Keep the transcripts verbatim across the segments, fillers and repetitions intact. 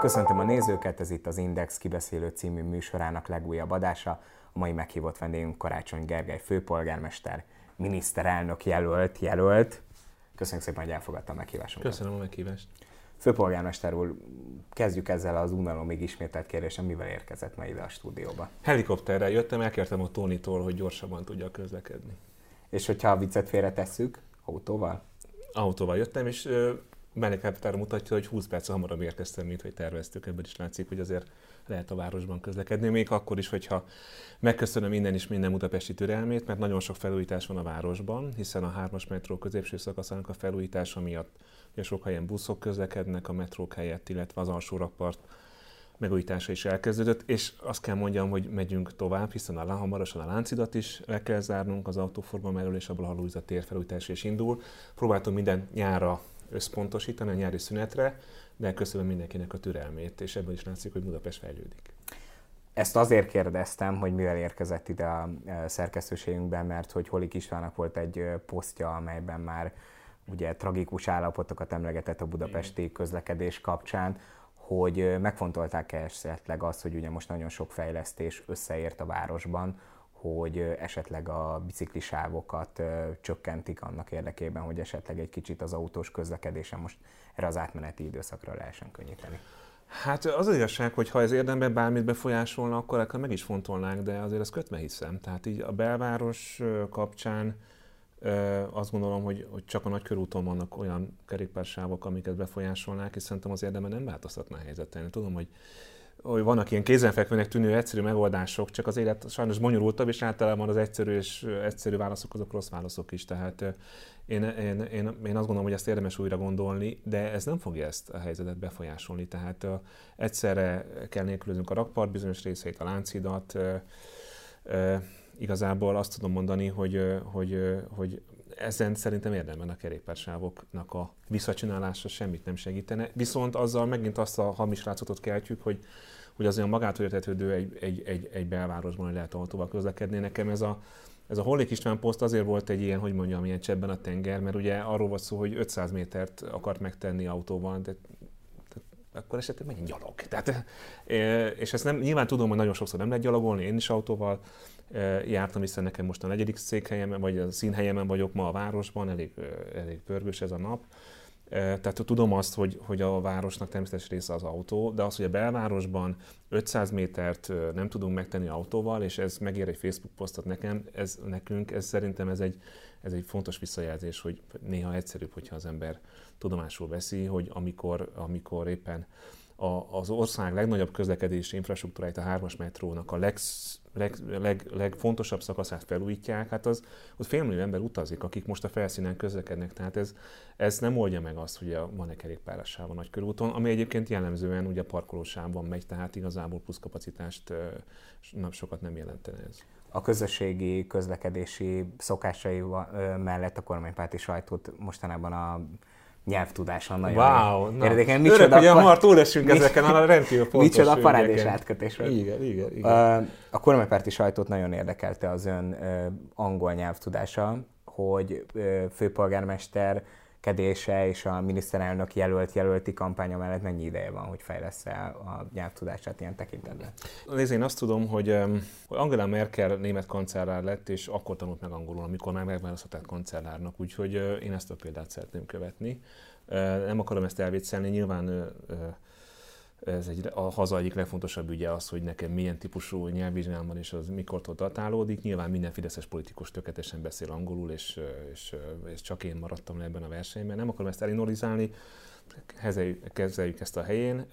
Köszöntöm a nézőket, ez itt az Index Kibeszélő című műsorának legújabb adása. A mai meghívott vendégünk Karácsony Gergely főpolgármester, miniszterelnök jelölt, jelölt. Köszönjük szépen, hogy elfogadta a meghívásunkat. Köszönöm a meghívást. Főpolgármester úr, kezdjük ezzel az unalomig ismételt kérdéssel, mivel érkezett ma ide a stúdióba? Helikopterrel jöttem, elkértem a Tónitól, hogy gyorsabban tudja közlekedni. És hogyha a viccet félretesszük, autóval? Autóval jöttem, és mellékhelikopter mutatja, hogy húsz perc hamarabb érkeztem, mint hogy terveztük. Ebből is látszik, hogy azért lehet a városban közlekedni. Még akkor is, hogyha megköszönöm minden is minden budapesti türelmét, mert nagyon sok felújítás van a városban, hiszen a hármas metró középső szakaszának a felújítása miatt ugye sok helyen buszok közlekednek a metrók helyett, illetve az alsó rakpart megújítása is elkezdődött, és azt kell mondjam, hogy megyünk tovább, hiszen a hamarosan a Láncidat is le kell zárnunk, az autóforgalom elől, és abból a Hallóza tér felújítása is indul. Próbáltunk minden nyárra összpontosítani, a nyári szünetre, de köszönöm mindenkinek a türelmét, és ebből is látszik, hogy Budapest fejlődik. Ezt azért kérdeztem, hogy mivel érkezett ide a szerkesztőségünkben, mert hogy Holik Istvánnak volt egy posztja, amelyben már ugye tragikus állapotokat emlegetett a budapesti közlekedés kapcsán, hogy megfontolták-e esetleg azt, hogy ugye most nagyon sok fejlesztés összeért a városban, hogy esetleg a biciklisávokat csökkentik annak érdekében, hogy esetleg egy kicsit az autós közlekedésen most erre az átmeneti időszakra lehessen könnyíteni. Hát az az igazság, hogy ha ez érdemben bármit befolyásolna, akkor akkor meg is fontolnánk, de azért ezt kötve hiszem. Tehát így a belváros kapcsán azt gondolom, hogy, hogy csak a nagykörúton vannak olyan kerékpársávok, amiket befolyásolnák, és szerintem az érdemben nem változtatna a helyzeten. Tudom, hogy, hogy vannak ilyen kézenfekvőnek tűnő egyszerű megoldások, csak az élet sajnos bonyolultabb, és általában az egyszerű és egyszerű válaszok azok rossz válaszok is. Tehát én, én, én, én azt gondolom, hogy ezt érdemes újra gondolni, de ez nem fogja ezt a helyzetet befolyásolni. Tehát egyszerre kell nélkülöznünk a rakpart bizonyos részeit, a Láncidat. Igazából azt tudom mondani, hogy, hogy, hogy ezen szerintem érdemben a kerékpársávoknak a visszacsinálása semmit nem segítene. Viszont azzal megint azt a hamis látszatot keltjük, hogy, hogy az olyan magától értetődő egy, egy, egy, egy belvárosban, hogy lehet autóval közlekedni. Nekem ez a, ez a Holik István poszt azért volt egy ilyen, hogy mondjam, ilyen csebben a tenger, mert ugye arról volt szó, hogy ötszáz métert akart megtenni autóval, de akkor esetleg menjen gyalog. Tehát, és ezt nem, nyilván tudom, hogy nagyon sokszor nem lehet gyalogolni, én is autóval jártam, hiszen nekem most a negyedik székhelyemen, vagy a színhelyemen vagyok ma a városban, elég, elég pörgős ez a nap. Tehát tudom azt, hogy, hogy a városnak természetes része az autó, de az, hogy a belvárosban ötszáz métert nem tudunk megtenni autóval, és ez megér egy Facebook posztot nekem, ez nekünk, ez szerintem ez egy, ez egy fontos visszajelzés, hogy néha egyszerűbb, hogyha az ember tudomásul veszi, hogy amikor, amikor éppen a, az ország legnagyobb közlekedési infrastruktúráit, a hármas metrónak a leg, leg, leg, legfontosabb szakaszát felújítják, hát az, ott félmillió ember utazik, akik most a felszínen közlekednek, tehát ez, ez nem oldja meg azt, hogy van-e kerékpársáv a nagykörúton, ami egyébként jellemzően ugye parkolósávban megy, tehát igazából pluszkapacitást sokat nem jelentene ez. A közösségi közlekedési szokásai mellett a kormánypárti sajtót mostanában a nyelvtudáson nagyon wow, érdekel. Örök, hogy hamar túlesünk ezeken a rendkívül fontos micsoda parád és átkötés volt. Igen, igen, igen. A kormánypárti sajtót nagyon érdekelte az ön angol nyelvtudása, hogy főpolgármester kedése és a miniszterelnök jelölt-jelölti kampánya mellett mennyi ideje van, hogy fejlesz-e a nyelvtudását ilyen tekintetben? Nézd, én azt tudom, hogy, hogy Angela Merkel német kancellár lett, és akkor tanult meg angolul, amikor már megválasztották kancellárnak, úgyhogy én ezt a példát szeretném követni. Nem akarom ezt elviccelni, nyilván ez egy, a haza egyik legfontosabb ügye az, hogy nekem milyen típusú nyelvvizsgám van, és az mikortól datálódik. Nyilván minden fideszes politikus tökéletesen beszél angolul, és, és, és csak én maradtam le ebben a versenyben. Nem akarom ezt elinorizálni, kezeljük ezt a helyén.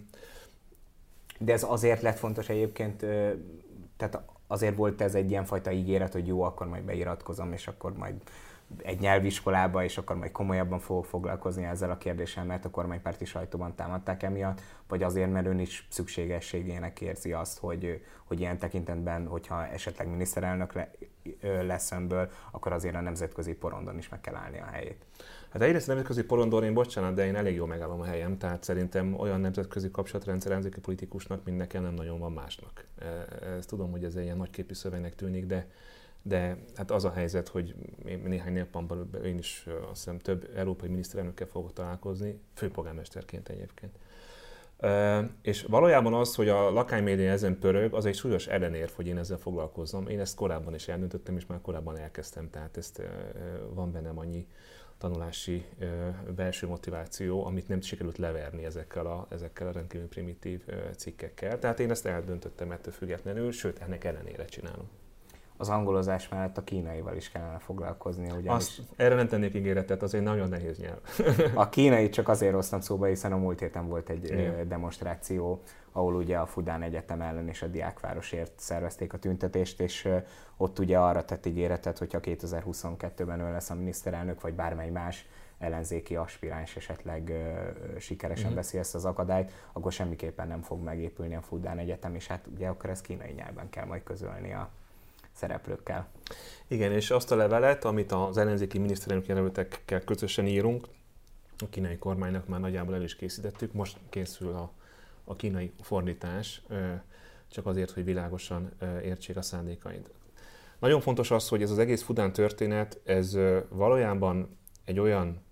De ez azért lett fontos egyébként, tehát azért volt ez egy ilyenfajta ígéret, hogy jó, akkor majd beiratkozom, és akkor majd egy nyelviskolába, és akkor majd komolyabban fogok foglalkozni ezzel a kérdéssel, mert a kormánypárti sajtóban támadták emiatt, vagy azért, mert ön is szükségességének érzi azt, hogy, hogy ilyen tekintetben, hogyha esetleg miniszterelnök le, lesz önből, akkor azért a nemzetközi porondon is meg kell állni a helyét. Hát egyrészt a nemzetközi porondon én bocsánat, de én elég jól megállom a helyem, tehát szerintem olyan nemzetközi kapcsolatrendszer ellenzéki politikusnak, mint nekem nem nagyon van másnak. Ezt tudom, hogy ez egy ilyen nagyképű szövegnek tűnik, de De hát az a helyzet, hogy néhány napban én is azt hiszem több európai miniszterelnökkel fogok találkozni, főpolgármesterként egyébként. És valójában az, hogy a lakánymédia ezen pörög, az egy súlyos ellenérv, hogy én ezzel foglalkozzam. Én ezt korábban is eldöntöttem, és már korábban elkezdtem, tehát ezt van bennem annyi tanulási belső motiváció, amit nem sikerült leverni ezekkel a, ezekkel a rendkívül primitív cikkekkel. Tehát én ezt eldöntöttem ettől függetlenül, sőt, ennek ellenére csinálom. Az angolozás mellett a kínaival is kellene foglalkozni, ugyanis... Azt, erre nem tennék ígéretet, az egy nagyon nehéz nyelv. A kínai csak azért hoztam szóba, hiszen a múlt héten volt egy Igen. demonstráció, ahol ugye a Fudán Egyetem ellen és a Diákvárosért szervezték a tüntetést, és ott ugye arra tett ígéretet, hogyha kétezer-huszonkettőben ő lesz a miniszterelnök, vagy bármely más ellenzéki aspiráns esetleg sikeresen mm-hmm. veszi ezt az akadályt, akkor semmiképpen nem fog megépülni a Fudán Egyetem, és hát ugye akkor ezt kínai nyelven kell majd közölni a szereplőkkel. Igen, és azt a levelet, amit az ellenzéki miniszterelnök jelöltekkel közösen írunk, a kínai kormánynak már nagyjából el is készítettük, most készül a, a kínai fordítás, csak azért, hogy világosan értsék a szándékaint. Nagyon fontos az, hogy ez az egész Fudán történet, ez valójában egy olyan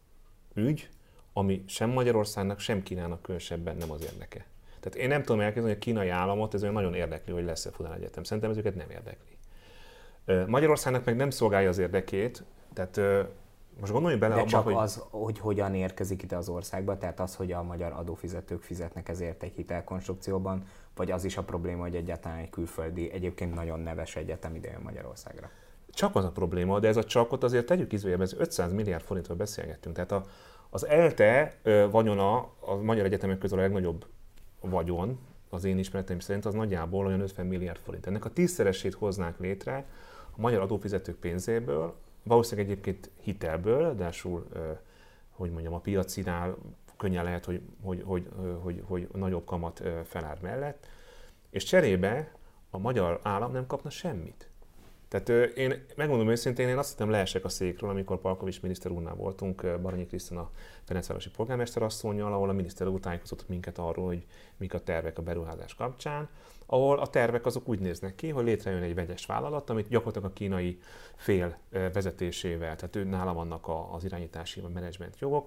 ügy, ami sem Magyarországnak, sem Kínának különösebben nem az érdeke. Tehát én nem tudom elképzelni, hogy a kínai államot ez olyan nagyon érdekli, hogy lesz-e Fudán Egyetem. Szerintem ez őket nem érdekli. Magyarországnak meg nem szolgálja az érdekét, tehát most gondoljunk bele De abba, csak hogy... az, hogy hogyan érkezik ide az országba, tehát az, hogy a magyar adófizetők fizetnek ezért egy hitelkonstrukcióban, vagy az is a probléma, hogy egyáltalán egy külföldi, egyébként nagyon neves egyetem ide jön Magyarországra. Csak az a probléma, de ez a csakot azért tegyük izőjebb, ez ötszáz milliárd forintról beszélgettünk. Tehát a, az ELTE vagyona a magyar egyetemek közül a legnagyobb vagyon, az én ismereteim szerint az nagyjából olyan ötven milliárd forint. Ennek a tízszeresét hoznánk létre a magyar adófizetők pénzéből, valószínűleg egyébként hitelből, de ásul, hogy mondjam, a piacinál könnyen lehet, hogy, hogy, hogy, hogy, hogy nagyobb kamat felár mellett, és cserébe a magyar állam nem kapna semmit. Tehát én megmondom őszintén, én azt hittem leesek a székről, amikor Palkovics miniszter úrnál voltunk, Baranyi Krisztina a ferencvárosi polgármester asszonnyal, ahol a miniszter úr tájékozott minket arról, hogy mik a tervek a beruházás kapcsán, ahol a tervek azok úgy néznek ki, hogy létrejön egy vegyes vállalat, amit gyakorlatilag a kínai fél vezetésével, tehát ő nála vannak az irányítási vagy menedzsment jogok,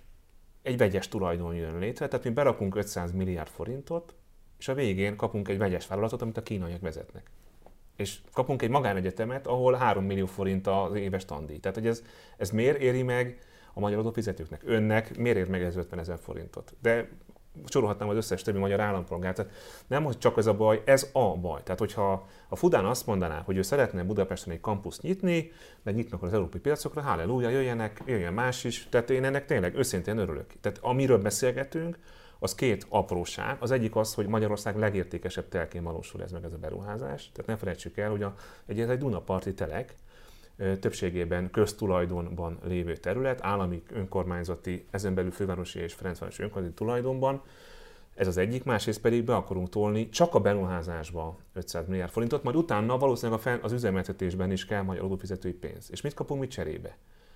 egy vegyes tulajdon jön létre, tehát mi berakunk ötszáz milliárd forintot, és a végén kapunk egy vegyes vállalatot, amit a kínaiak vezetnek. És kapunk egy magánegyetemet, ahol három millió forint az éves tandíj. Tehát, hogy ez, ez miért éri meg a magyar adófizetőknek? Önnek miért ér meg ez ötvenezer forintot? De sorolhatnám az összes többi magyar állampolgárt. Tehát nem, hogy csak ez a baj, ez a baj. Tehát, hogyha a Fudán azt mondaná, hogy ő szeretne Budapesten egy kampuszt nyitni, mert nyitnak az európai piacokra, halleluja, jöjjenek, jöjjön más is. Tehát én ennek tényleg őszintén örülök. Tehát amiről beszélgetünk, az két apróság. Az egyik az, hogy Magyarország legértékesebb telkén valósul ez meg ez a beruházás. Tehát ne felejtsük el, hogy a, egy, ez egy Dunaparti telek, többségében köztulajdonban lévő terület, állami, önkormányzati, ezen belül fővárosi és ferencvárosi önkormányzati tulajdonban. Ez az egyik, másrészt pedig be akarunk tolni csak a beruházásba ötszáz milliárd forintot, majd utána valószínűleg a fenn, az üzemeltetésben is kell magyar adófizetői pénz. És mit kapunk mit cserébe?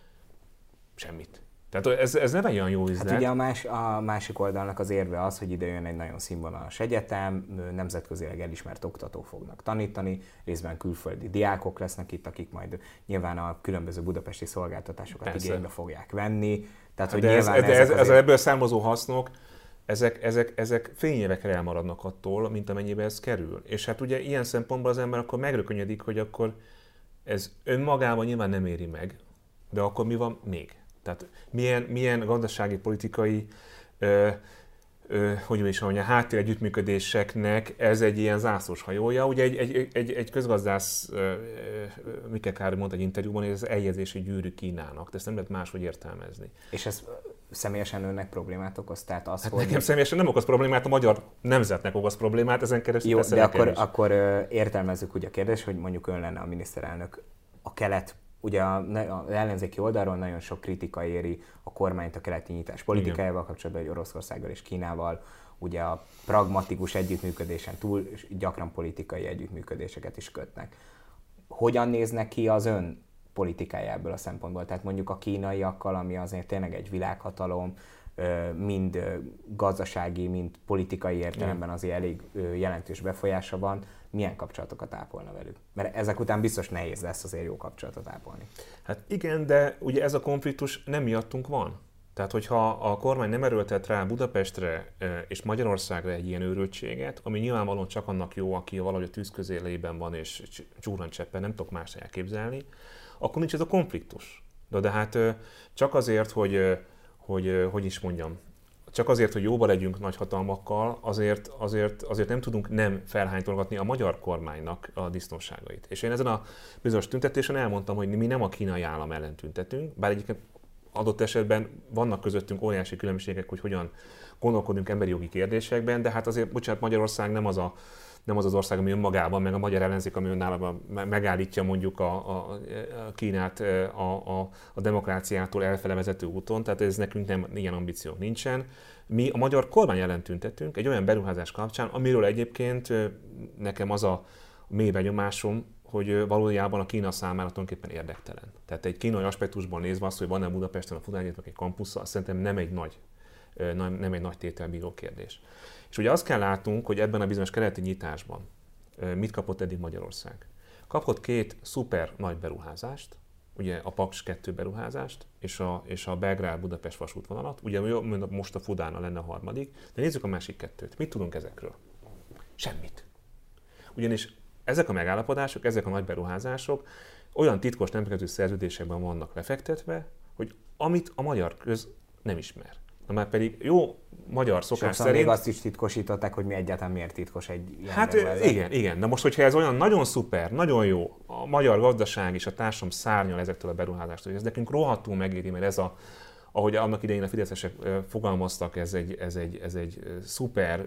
Semmit. Tehát ez, ez nem egy olyan jó üzlet. Hát ugye a, más, a másik oldalnak az érve az, hogy ide jön egy nagyon színvonalas egyetem, nemzetközileg elismert oktatók fognak tanítani, részben külföldi diákok lesznek itt, akik majd nyilván a különböző budapesti szolgáltatásokat Persze. igénybe fogják venni. Tehát, hogy de nyilván ez, de ez, azért... ez ebből származó hasznok, ezek, ezek, ezek fényévekre elmaradnak attól, mint amennyibe ez kerül. És hát ugye ilyen szempontból az ember akkor megrökönyödik, hogy akkor ez önmagában nyilván nem éri meg, de akkor mi van még? Tehát milyen, milyen gazdasági, politikai, ö, ö, hogy is mondja, háttér együttműködéseknek ez egy ilyen zászlós hajója. Ugye egy, egy, egy, egy közgazdász, Mikkel Károly mondta egy interjúban, hogy ez az eljegyzési gyűrű Kínának, de ezt nem lehet máshogy értelmezni. És ez személyesen önnek problémát okoz? Tehát az, hát hogy... Nekem személyesen nem okoz problémát, a magyar nemzetnek okoz problémát, ezen keresztül Jó, de akkor, akkor értelmezzük úgy a kérdés, hogy mondjuk ön lenne a miniszterelnök a kelet. Ugye az ellenzéki oldalról nagyon sok kritika éri a kormányt a keleti nyitás politikájával kapcsolatban, hogy Oroszországgal és Kínával, ugye a pragmatikus együttműködésen túl gyakran politikai együttműködéseket is kötnek. Hogyan néznek ki az ön politikája ebből a szempontból? Tehát mondjuk a kínaiakkal, ami azért tényleg egy világhatalom, mind gazdasági, mind politikai értelemben azért elég jelentős befolyása van, milyen kapcsolatokat ápolna velük? Mert ezek után biztos nehéz lesz azért jó kapcsolatot ápolni. Hát igen, de ugye ez a konfliktus nem miattunk van. Tehát, hogyha a kormány nem erőltet rá Budapestre és Magyarországra egy ilyen őrültséget, ami nyilvánvalóan csak annak jó, aki valahogy a tűz közélében van és csúrancseppen, nem tudok más elképzelni, akkor nincs ez a konfliktus. De, de hát csak azért, hogy, hogy, hogy is mondjam, csak azért, hogy jóba legyünk nagyhatalmakkal, azért, azért, azért nem tudunk nem felhánytolgatni a magyar kormánynak a biztonságait. És én ezen a bizonyos tüntetésen elmondtam, hogy mi nem a kínai állam ellen tüntetünk, bár egyébként adott esetben vannak közöttünk óriási különbségek, hogy hogyan gondolkodunk emberi jogi kérdésekben, de hát azért, bocsánat, Magyarország nem az a, nem az, az ország, ami önmagában, meg a magyar ellenzék, ami önállóan megállítja mondjuk a, a, a Kínát a, a, a demokráciától elfele vezető úton, tehát ez nekünk nem ilyen ambíciónk nincsen. Mi a magyar kormány ellen tüntetünk egy olyan beruházás kapcsán, amiről egyébként nekem az a mély benyomásom, hogy valójában a Kína számára tulajdonképpen érdektelen. Tehát egy kínai aspektusból nézve azt, hogy van-e Budapesten a Fudányétnak egy kampusza, azt szerintem nem egy nagy, nem egy nagy tételbíró kérdés. És ugye azt kell látnunk, hogy ebben a bizonyos keleti nyitásban mit kapott eddig Magyarország. Kapott két szuper nagy beruházást, ugye a Paks kettő beruházást, és a, és a Belgrád-Budapest vasútvonalat, ugye most a Fudána lenne a harmadik, de nézzük a másik kettőt. Mit tudunk ezekről? Semmit. Ugyanis ezek a megállapodások, ezek a nagy beruházások olyan titkos nemzetközi szerződésekben vannak lefektetve, hogy amit a magyar köz nem ismer. Na már pedig jó magyar szokás Sokszor szerint... még azt is titkosították, hogy mi egyáltalán miért titkos egy ilyen Hát beruházás. igen, igen. Na most, hogyha ez olyan nagyon szuper, nagyon jó, a magyar gazdaság és a társadalom szárnyal ezektől a beruházástól, hogy ez nekünk rohadtul megéri, mert ez a, ahogy annak idején a fideszesek fogalmaztak, ez egy, ez egy, ez egy szuper,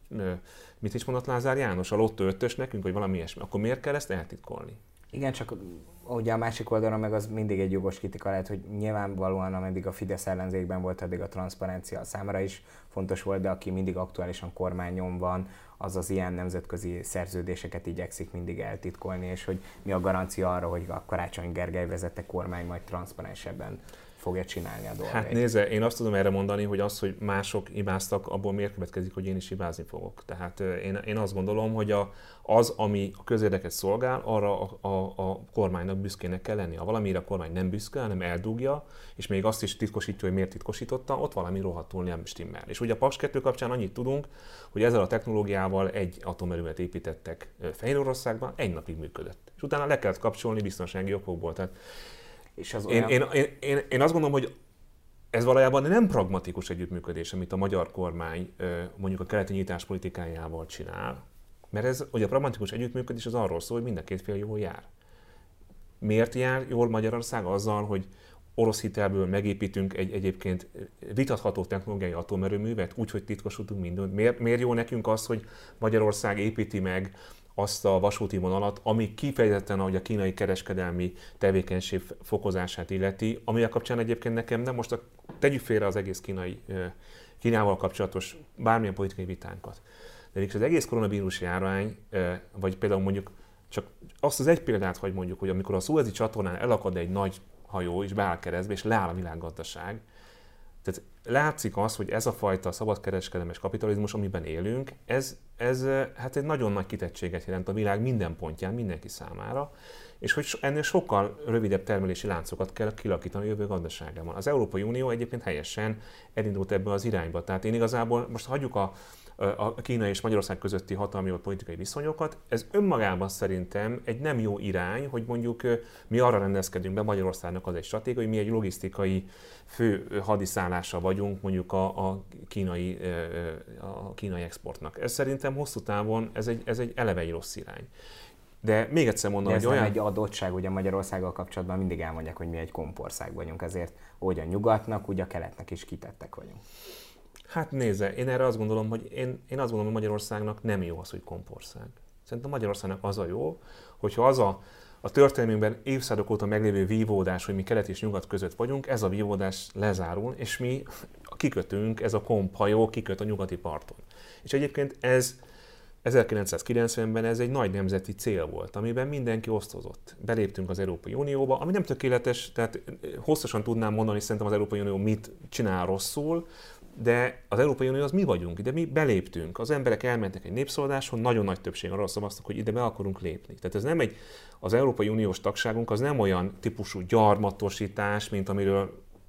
mit is mondott Lázár János, a lottó ötös nekünk, vagy valami ilyesmi, akkor miért kell ezt eltitkolni? Igen, csak ugye a másik oldalon meg az mindig egy jogos kritika lehet, hogy nyilvánvalóan ameddig a Fidesz ellenzékben volt, addig a transzparencia számára is fontos volt, de aki mindig aktuálisan kormányon van, az az ilyen nemzetközi szerződéseket igyekszik mindig eltitkolni, és hogy mi a garancia arra, hogy a Karácsony Gergely vezette kormány majd transzparensebben fogja csinálni a dolgait. Hát nézze, én azt tudom erre mondani, hogy az, hogy mások hibáztak, abból miért következik, hogy én is hibázni fogok. Tehát én, én azt gondolom, hogy a, az, ami a közérdeket szolgál, arra a, a, a kormánynak büszkének kell lenni. Ha valamire a kormány nem büszke, hanem eldugja, és még azt is titkosítja, hogy miért titkosította, ott valami rohadtul nem stimmel. És ugye a Paks kettő kapcsán annyit tudunk, hogy ezzel a technológiával egy atomerőmet építettek Fehéroroszágban, egy napig működött. És utána le kellett kapcsolni biztonsági okokból. Tehát És az én, olyan... én, én, én, én azt gondolom, hogy ez valójában nem pragmatikus együttműködés, amit a magyar kormány mondjuk a keleti nyitás politikájával csinál, mert ez, hogy a pragmatikus együttműködés az arról szól, hogy mind a két fél jól jár. Miért jár jól Magyarország azzal, hogy orosz hitelből megépítünk egy egyébként vitatható technológiai atomerőművet, úgyhogy titkosítunk mindent? Miért, miért jó nekünk az, hogy Magyarország építi meg azt a vasúti vonalat, ami kifejezetten ahogy a kínai kereskedelmi tevékenység fokozását illeti, ami a kapcsán egyébként nekem nem most a, tegyük félre az egész kínai, Kínával kapcsolatos bármilyen politikai vitánkat. De mégis az egész koronavírus járvány, vagy például mondjuk csak azt az egy példát, hogy mondjuk, hogy amikor a Szuezi csatornán elakad egy nagy hajó, és beáll keresztbe, és leáll a világgazdaság, tehát látszik az, hogy ez a fajta szabadkereskedelmes kapitalizmus, amiben élünk, ez, ez hát egy nagyon nagy kitettséget jelent a világ minden pontján, mindenki számára, és hogy ennél sokkal rövidebb termelési láncokat kell kilakítani a jövő gazdaságában. Az Európai Unió egyébként helyesen elindult ebbe az irányba. Tehát én igazából most hagyjuk a, a Kína és Magyarország közötti hatalmi vagy politikai viszonyokat. Ez önmagában szerintem egy nem jó irány, hogy mondjuk mi arra rendezkedünk be, Magyarországnak az egy stratégia, hogy mi egy logisztikai fő hadiszállása vagyunk mondjuk a, a, kínai, a kínai exportnak. Ez szerintem hosszú távon ez egy, ez egy eleve egy rossz irány. De még egyszer mondom, hogy olyan... nem egy adottság, ugye Magyarországgal kapcsolatban mindig elmondják, hogy mi egy kompország vagyunk, ezért úgy a nyugatnak, úgy a keletnek is kitettek vagyunk. Hát nézze, én erre azt gondolom, hogy én, én azt gondolom, hogy Magyarországnak nem jó az, hogy kompország. Szerintem Magyarországnak az a jó, hogyha az a, a történelmünkben évszázadok óta meglévő vívódás, hogy mi kelet és nyugat között vagyunk, ez a vívódás lezárul, és mi kikötünk, ez a komphajó kiköt a nyugati parton. És egyébként ez ezerkilencszázkilencvenben ez egy nagy nemzeti cél volt, amiben mindenki osztozott. Beléptünk az Európai Unióba, ami nem tökéletes, tehát hosszasan tudnám mondani, szerintem az Európai Unió mit csinál rosszul, de az Európai Unió az mi vagyunk, de mi beléptünk. Az emberek elmentek egy népszavazáson, nagyon nagy többség arra szavaztak, hogy ide be akarunk lépni. Tehát ez nem egy, az Európai Uniós tagságunk az nem olyan típusú gyarmatosítás, mint amiről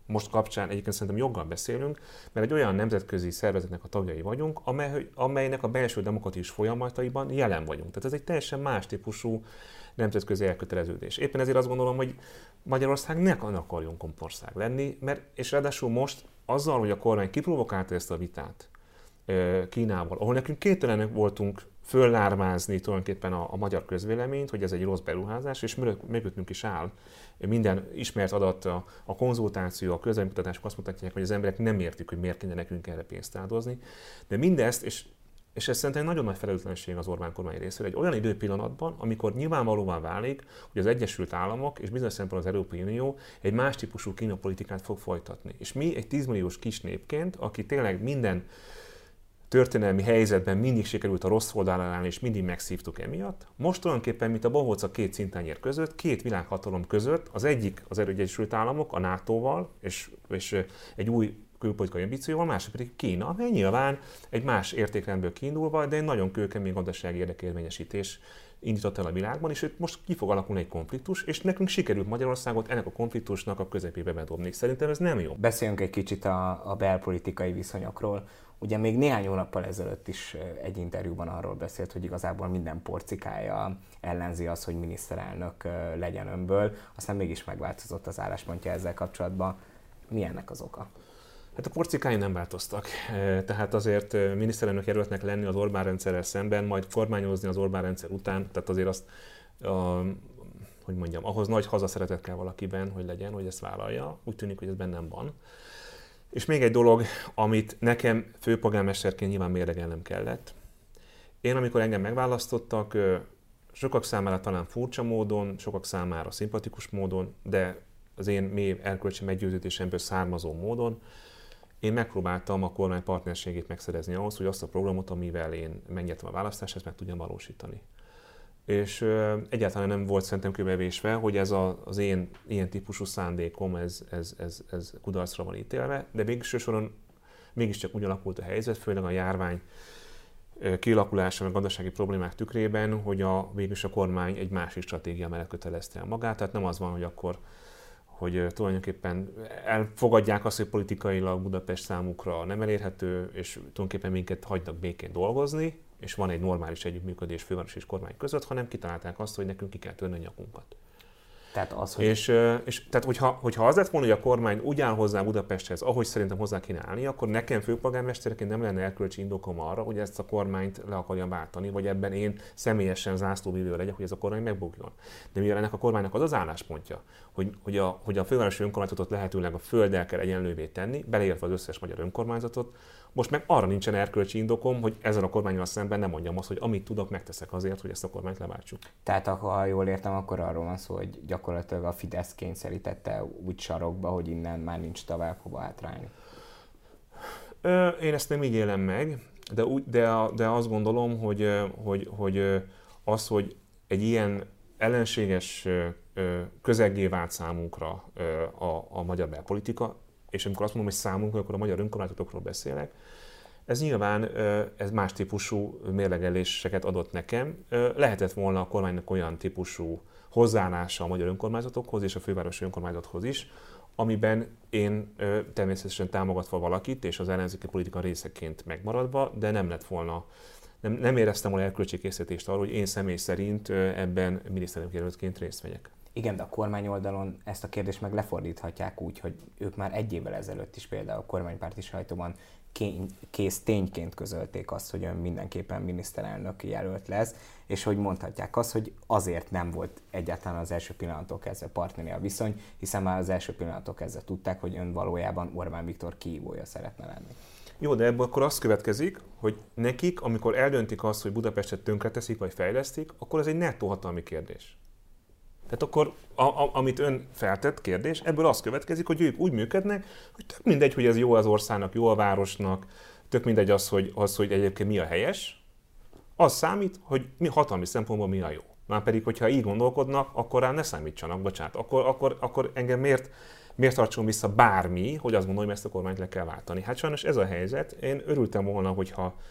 most kapcsán egyébként szerintem joggal beszélünk, mert egy olyan nemzetközi szervezetnek a tagjai vagyunk, amely, amelynek a belső demokratikus folyamataiban jelen vagyunk. Tehát ez egy teljesen más típusú nemzetközi elköteleződés. Éppen ezért azt gondolom, hogy Magyarország ne akarjon komország lenni, mert, és ráadásul most azzal, hogy a kormány kiprovokálta ezt a vitát Kínával, ahol nekünk képtelenek voltunk föllármázni tulajdonképpen a, a magyar közvéleményt, hogy ez egy rossz beruházás, és mögöttünk is áll minden ismert adat, a, a konzultáció, a közvéleménykutatások azt mutatják, hogy az emberek nem értik, hogy miért kéne nekünk erre pénzt áldozni. De mindezt, és, és ez szerintem nagyon nagy felelőtlenség az Orbán kormány részéről, egy olyan időpillanatban, amikor nyilvánvalóan válik, hogy az Egyesült Államok és bizonyos szempontból az Európai Unió egy más típusú kínapolitikát fog folytatni. És mi egy tízmilliós kis népként, aki tényleg minden történelmi helyzetben mindig sikerült a rossz oldalán állni, és mindig megszívtuk emiatt. Most tulajdonképpen, mint a bohóc a két szintányér között, két világhatalom között, az egyik az Egyesült Államok, a nátóval, és, és egy új külpolitikai ambícióval, másik pedig Kína, amely nyilván egy más értékrendből kiindulva, de egy nagyon kőkemény gazdasági érdekérvényesítés indított el a világban, és itt most ki fog alakulni egy konfliktus, és nekünk sikerült Magyarországot ennek a konfliktusnak a közepébe bedobni. Szerintem ez nem jó. Beszéljünk egy kicsit a, a belpolitikai viszonyokról. Ugye még néhány hónappal ezelőtt is egy interjúban arról beszélt, hogy igazából minden porcikája ellenzi az, hogy miniszterelnök legyen önből, aztán mégis megváltozott az álláspontja ezzel kapcsolatban. Mi ennek az oka? Hát a porcikái nem változtak. Tehát azért miniszterelnök jelöltnek lenni az Orbán rendszerrel szemben, majd kormányozni az Orbán rendszer után, tehát azért azt, a, hogy mondjam, ahhoz nagy hazaszeretet kell valakiben, hogy legyen, hogy ezt vállalja. Úgy tűnik, hogy ez bennem van. És még egy dolog, amit nekem főpolgármesterként nyilván mérlegelnem kellett. Én, amikor engem megválasztottak, sokak számára talán furcsa módon, sokak számára szimpatikus módon, de az én mély erkölcsi meggyőződésemből származó módon, én megpróbáltam a kormány partnerségét megszerezni ahhoz, hogy azt a programot, amivel én megnyertem a választást, ezt meg tudjam valósítani. És ö, egyáltalán nem volt szerintem kőbevésve, hogy ez a, az én ilyen típusú szándékom, ez, ez, ez, ez kudarcra van ítélve, de végső soron mégiscsak úgy alakult a helyzet, főleg a járvány kialakulása, meg gazdasági problémák tükrében, hogy a, végülis a kormány egy másik stratégia mellett kötelezte el magát, tehát nem az van, hogy akkor hogy tulajdonképpen elfogadják azt, hogy politikailag Budapest számukra nem elérhető, és tulajdonképpen minket hagynak békén dolgozni, és van egy normális együttműködés főváros és kormány között, hanem kitalálták azt, hogy nekünk ki kell törni a nyakunkat. Tehát az, hogy... És, és tehát, hogyha, hogyha az lett volna, hogy a kormány úgy áll hozzá Budapesthez, ahogy szerintem hozzá kéne állni, akkor nekem főpolgármesterként nem lenne erkölcsi indokom arra, hogy ezt a kormányt le akarjam váltani, vagy ebben én személyesen zászlóvivő legyek, hogy ez a kormány megbukjon. De mivel ennek a kormánynak az az álláspontja, hogy, hogy, a, hogy a fővárosi önkormányzatot lehetőleg a földdel kell egyenlővé tenni, beleértve az összes magyar önkormányzatot, most meg arra nincsen erkölcsi indokom, hogy ezzel a kormánnyal szemben nem mondjam azt, hogy amit tudok, megteszek azért, hogy ezt a kormányt leváltsuk. Tehát ha jól értem, akkor arról van szó, hogy gyakorlatilag a Fidesz kényszerítette úgy sarokba, hogy innen már nincs tovább hova átrálni. Én ezt nem így élem meg, de, úgy, de, de azt gondolom, hogy, hogy, hogy az, hogy egy ilyen ellenséges közeggé vált számunkra a, a magyar belpolitika, és amikor azt mondom, hogy számunkra, akkor a magyar önkormányzatokról beszélek, ez nyilván ez más típusú mérlegeléseket adott nekem. Lehetett volna a kormánynak olyan típusú hozzáállása a magyar önkormányzatokhoz és a fővárosi önkormányzathoz is, amiben én természetesen támogatva valakit és az ellenzéki politika részeként megmaradva, de nem lett volna, nem, nem éreztem volna erkölcsi készítést arról, hogy én személy szerint ebben miniszterelnök jelöltként részt vegyek. Igen, de a kormány oldalon ezt a kérdést meg lefordíthatják úgy, hogy ők már egy évvel ezelőtt is például a kormánypárti sajtóban kész tényként közölték azt, hogy ön mindenképpen miniszterelnök jelölt lesz, és hogy mondhatják azt, hogy azért nem volt egyáltalán az első pillanattól kezdve partneri a viszony, hiszen már az első pillanattól kezdve tudták, hogy ön valójában Orbán Viktor kihívója szeretne lenni. Jó, de ebből akkor az következik, hogy nekik, amikor eldöntik azt, hogy Budapestet tönkreteszik vagy fejlesztik, akkor ez egy nettó hatalmi kérdés. Tehát akkor, a, a, amit ön feltett kérdés, ebből az következik, hogy ők úgy működnek, hogy tök mindegy, hogy ez jó az országnak, jó a városnak, tök mindegy az, hogy, az, hogy egyébként mi a helyes, az számít, hogy mi hatalmi szempontból mi a jó. Márpedig, hogyha így gondolkodnak, akkor rá ne számítsanak, bocsánat, akkor, akkor, akkor engem miért, miért tartson vissza bármi, hogy azt gondolom, hogy ezt a kormányt le kell váltani. Hát sajnos ez a helyzet. Én örültem volna, hogyha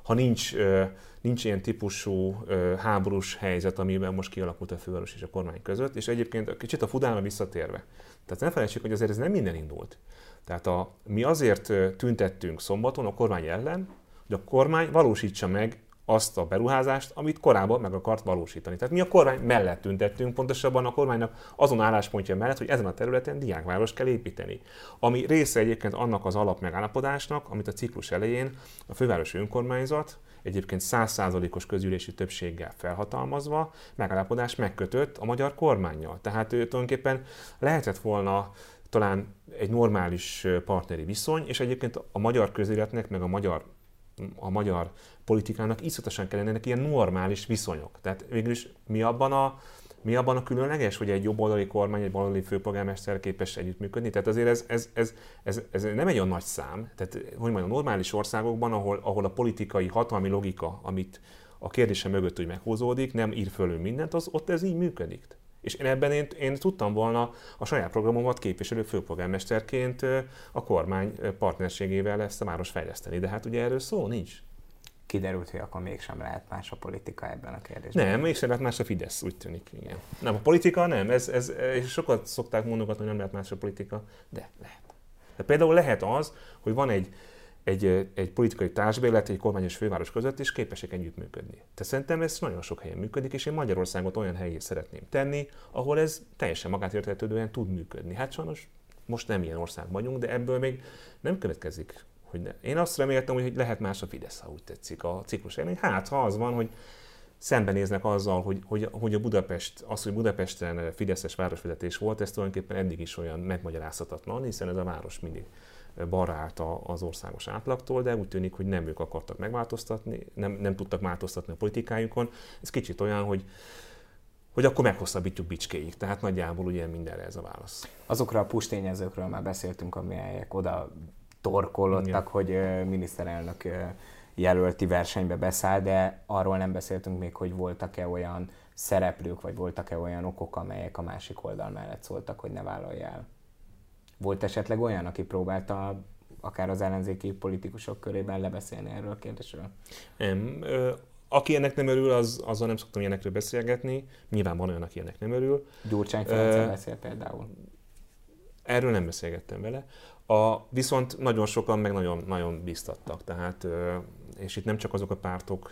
ha nincs, nincs ilyen típusú háborús helyzet, amiben most kialakult a főváros és a kormány között, és egyébként kicsit a Fudánra visszatérve. Tehát ne felejtsük, hogy azért ez nem minden indult. Tehát a, mi azért tüntettünk szombaton a kormány ellen, hogy a kormány valósítsa meg azt a beruházást, amit korábban meg akart valósítani. Tehát mi a kormány mellett tüntettünk, pontosabban a kormánynak azon álláspontja mellett, hogy ezen a területen diákváros kell építeni. Ami része egyébként annak az alapmegállapodásnak, amit a ciklus elején a fővárosi önkormányzat egyébként száz százalékos közgyűlési többséggel felhatalmazva megállapodást megkötött a magyar kormánnyal. Tehát ő tulajdonképpen lehetett volna talán egy normális partneri viszony, és egyébként a magyar közéletnek, meg a magyar a magyar politikának iszonyatosan kellene ennek ilyen normális viszonyok. Tehát végülis mi abban a, mi abban a különleges, hogy egy jobboldali kormány, egy baloldali főpolgármester képes együttműködni? Tehát azért ez, ez, ez, ez, ez nem egy olyan nagy szám. Tehát, hogy mondjam, a normális országokban, ahol, ahol a politikai hatalmi logika, amit a kérdése mögött úgy meghúzódik, nem ír fölül mindent, az ott ez így működik. És én ebben én, én tudtam volna a saját programomat képviselő főpolgármesterként a kormány partnerségével ezt a város fejleszteni. De hát ugye erről szó nincs. Kiderült, hogy akkor mégsem lehet más a politika ebben a kérdésben. Nem, mégsem lehet más a Fidesz, úgy tűnik. Igen. Nem, a politika nem. Ez, ez, és sokat szokták mondogatni, hogy nem lehet más a politika, de lehet. De például lehet az, hogy van egy Egy, egy politikai társbérlet, egy kormány és főváros között, és képesek együttműködni. Tehát szerintem ez nagyon sok helyen működik, és én Magyarországot olyan helyé szeretném tenni, ahol ez teljesen magát értetődően tud működni. Hát sajnos most nem ilyen ország vagyunk, de ebből még nem következik, hogy ne. Én azt reméltem, hogy lehet más a Fidesz, ha úgy tetszik a ciklus elején. Hát ha az van, hogy szembenéznek azzal, hogy, hogy, hogy a Budapest, az, hogy Budapesten fideszes városvezetés volt, ez tulajdonképpen eddig is olyan megmagyarázhatatlan, hiszen ez a város mindig balra állt az országos átlagtól, de úgy tűnik, hogy nem ők akartak megváltoztatni, nem, nem tudtak változtatni a politikájukon. Ez kicsit olyan, hogy, hogy akkor meghosszabbítjuk bicskéig. Tehát nagyjából ugye mindenre ez a válasz. Azokra a push tényezőkről már beszéltünk, amelyek oda torkolottak, ja. hogy miniszterelnök jelölti versenybe beszáll, de arról nem beszéltünk még, hogy voltak-e olyan szereplők, vagy voltak-e olyan okok, amelyek a másik oldal mellett szóltak, hogy ne vállalja el. Volt esetleg olyan, aki próbálta akár az ellenzéki politikusok körében lebeszélni erről a kérdésről? Nem. Aki ennek nem örül, az, azzal nem szoktam ilyenekről beszélgetni. Nyilván van olyan, aki ennek nem örül. Gyurcsány Ferenccel beszél például. Erről nem beszélgettem vele. A, viszont nagyon sokan meg nagyon, nagyon biztattak. Tehát, és itt nem csak azok a pártok,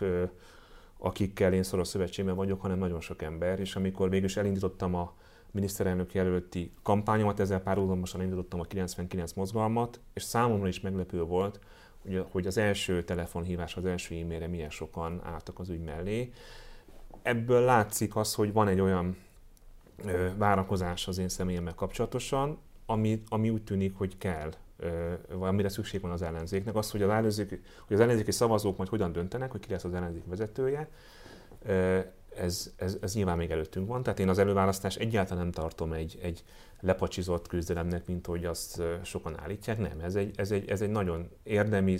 akikkel én szoros szövetségben vagyok, hanem nagyon sok ember. És amikor végül is elindítottam a miniszterelnök jelölti kampányomat, ezzel párhuzamosan indítottam a kilencvenkilenc mozgalmat, és számomra is meglepő volt, hogy az első telefonhívás, az első e-mailre milyen sokan álltak az ügy mellé. Ebből látszik az, hogy van egy olyan ö, várakozás az én személyemmel kapcsolatosan, ami, ami úgy tűnik, hogy kell, ö, vagy amire szükség van az ellenzéknek. Az, hogy az, ellenzéki, hogy az ellenzéki szavazók majd hogyan döntenek, hogy ki lesz az ellenzék vezetője, ö, Ez, ez, ez nyilván még előttünk van, tehát én az előválasztást egyáltalán nem tartom egy, egy lepacsizott küzdelemnek, mint hogy azt sokan állítják. Nem, ez egy, ez egy, ez egy nagyon érdemi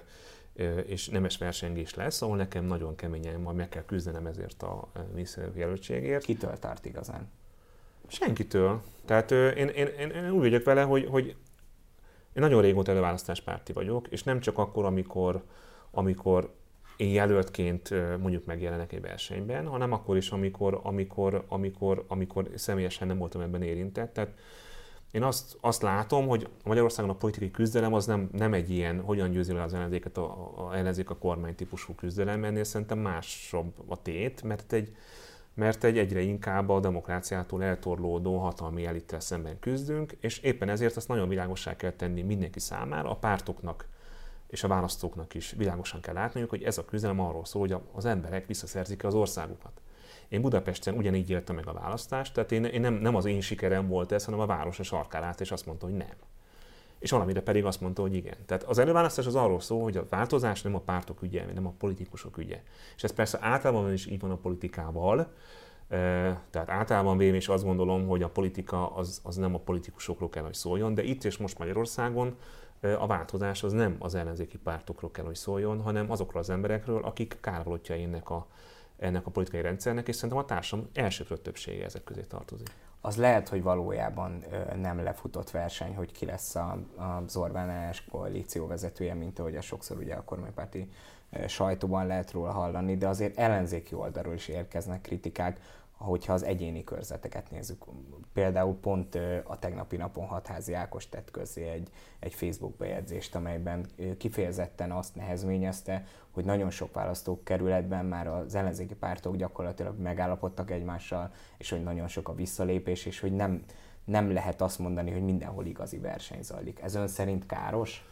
és nemes versengés lesz, ahol nekem nagyon keményen majd meg kell küzdenem ezért a miniszterelnök jelöltségért. Kitől tart igazán? Senkitől. Tehát én, én, én, én úgy vagyok vele, hogy, hogy én nagyon régóta előválasztáspárti vagyok, és nem csak akkor, amikor, amikor én jelöltként mondjuk megjelenek egy versenyben, hanem akkor is, amikor, amikor, amikor, amikor személyesen nem voltam ebben érintett. Tehát én azt, azt látom, hogy Magyarországon a politikai küzdelem az nem, nem egy ilyen, hogyan győzi le az ellenzéket, a, a ellenzék a kormány típusú küzdelem, ennél szerintem másabb a tét, mert egy, mert egy egyre inkább a demokráciától eltorlódó hatalmi elittel szemben küzdünk, és éppen ezért azt nagyon világossá kell tenni mindenki számára, a pártoknak és a választóknak is világosan kell látniuk, hogy ez a küzdelem arról szól, hogy az emberek visszaszerzik az országukat. Én Budapesten ugyanígy éltem meg a választást, tehát én, én nem, nem az én sikerem volt ez, hanem a város a sarkán állt, és azt mondta, hogy nem. És valamire pedig azt mondta, hogy igen. Tehát az előválasztás az arról szól, hogy a változás nem a pártok ügye, nem a politikusok ügye. És ez persze általában is így van a politikával, tehát általában véve is azt gondolom, hogy a politika az, az nem a politikusokról kell, hogy szóljon, de itt és most Magyarországon a változás az nem az ellenzéki pártokról kell, hogy szóljon, hanem azokról az emberekről, akik kárvalótjai ennek a, ennek a politikai rendszernek, és szerintem a társadalom elsőprő többsége ezek közé tartozik. az lehet, hogy valójában nem lefutott verseny, hogy ki lesz a, az Orbán ellenes koalíció vezetője, mint ahogy a sokszor ugye a kormánypárti sajtóban lehet róla hallani, de azért ellenzéki oldalról is érkeznek kritikák, hogyha az egyéni körzeteket nézzük. Például pont a tegnapi napon Hatházi Ákos tett közzé egy, egy Facebook bejegyzést, amelyben kifejezetten azt nehezményezte, hogy nagyon sok választókerületben már az ellenzéki pártok gyakorlatilag megállapodtak egymással, és hogy nagyon sok a visszalépés, és hogy nem, nem lehet azt mondani, hogy mindenhol igazi verseny zajlik. Ez ön szerint káros?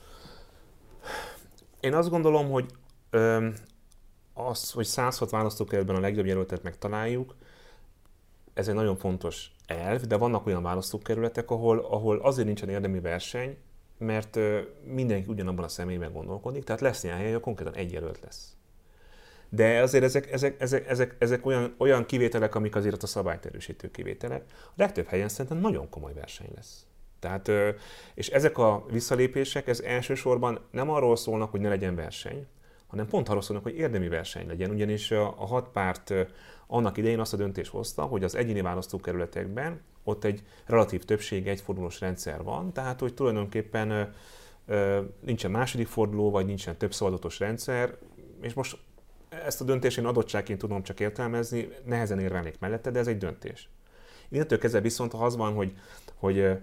Én azt gondolom, hogy ö, az, hogy száz hat választókerületben a legjobb jelöltet megtaláljuk, ez egy nagyon fontos elv, de vannak olyan választókerületek, ahol, ahol azért nincsen érdemi verseny, mert ö, mindenki ugyanabban a személyben gondolkodik, tehát lesz ilyen hely, ahol konkrétan egy jelölt lesz. De azért ezek, ezek, ezek, ezek, ezek olyan, olyan kivételek, amik azért a szabályt erősítő kivételek. A legtöbb helyen szerintem nagyon komoly verseny lesz. Tehát, ö, és ezek a visszalépések, ez elsősorban nem arról szólnak, hogy ne legyen verseny, hanem pont arról szólnak, hogy érdemi verseny legyen, ugyanis a, a hat párt annak idején azt a döntést hozta, hogy az egyéni választókerületekben ott egy relatív többség egyfordulós rendszer van, tehát hogy tulajdonképpen ö, ö, nincsen második forduló, vagy nincsen több szavazatos rendszer, és most ezt a döntést én adottságként tudom csak értelmezni, nehezen érvelnék mellette, de ez egy döntés. Innentől kezdve viszont, ha az van, hogy, hogy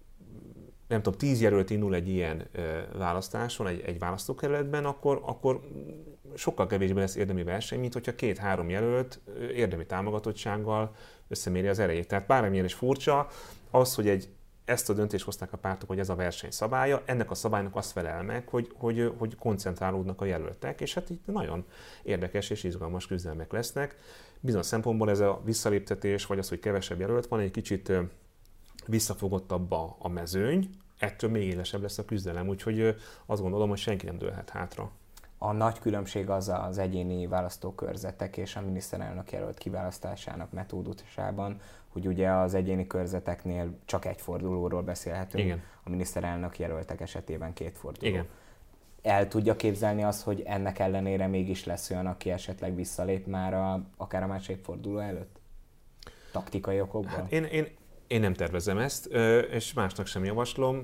nem tudom, tíz jelölt indul egy ilyen választáson, egy, egy választókerületben, akkor, akkor sokkal kevésbé lesz érdemi verseny, mint hogyha két-három jelölt érdemi támogatottsággal összeméri az erejét. Tehát bármilyen is furcsa, az, hogy egy, ezt a döntést hozták a pártok, hogy ez a verseny szabálya, ennek a szabálynak azt felel meg, hogy, hogy, hogy koncentrálódnak a jelöltek, és hát itt nagyon érdekes és izgalmas küzdelmek lesznek. Bizonyos szempontból ez a visszaléptetés, vagy az, hogy kevesebb jelölt van, egy kicsit visszafogottabb a, a mezőny, ettől még élesebb lesz a küzdelem, úgyhogy azt gondolom, hogy senki nem dőlhet hátra. A nagy különbség az az egyéni választókörzetek és a miniszterelnök jelölt kiválasztásának metódusában, hogy ugye az egyéni körzeteknél csak egy fordulóról beszélhetünk, igen. A miniszterelnök jelöltek esetében két forduló. Igen. El tudja képzelni azt, hogy ennek ellenére mégis lesz olyan, aki esetleg visszalép már a, akár a második forduló előtt? Taktikai okokból? Hát én, én, én nem tervezem ezt, és másnak sem javaslom.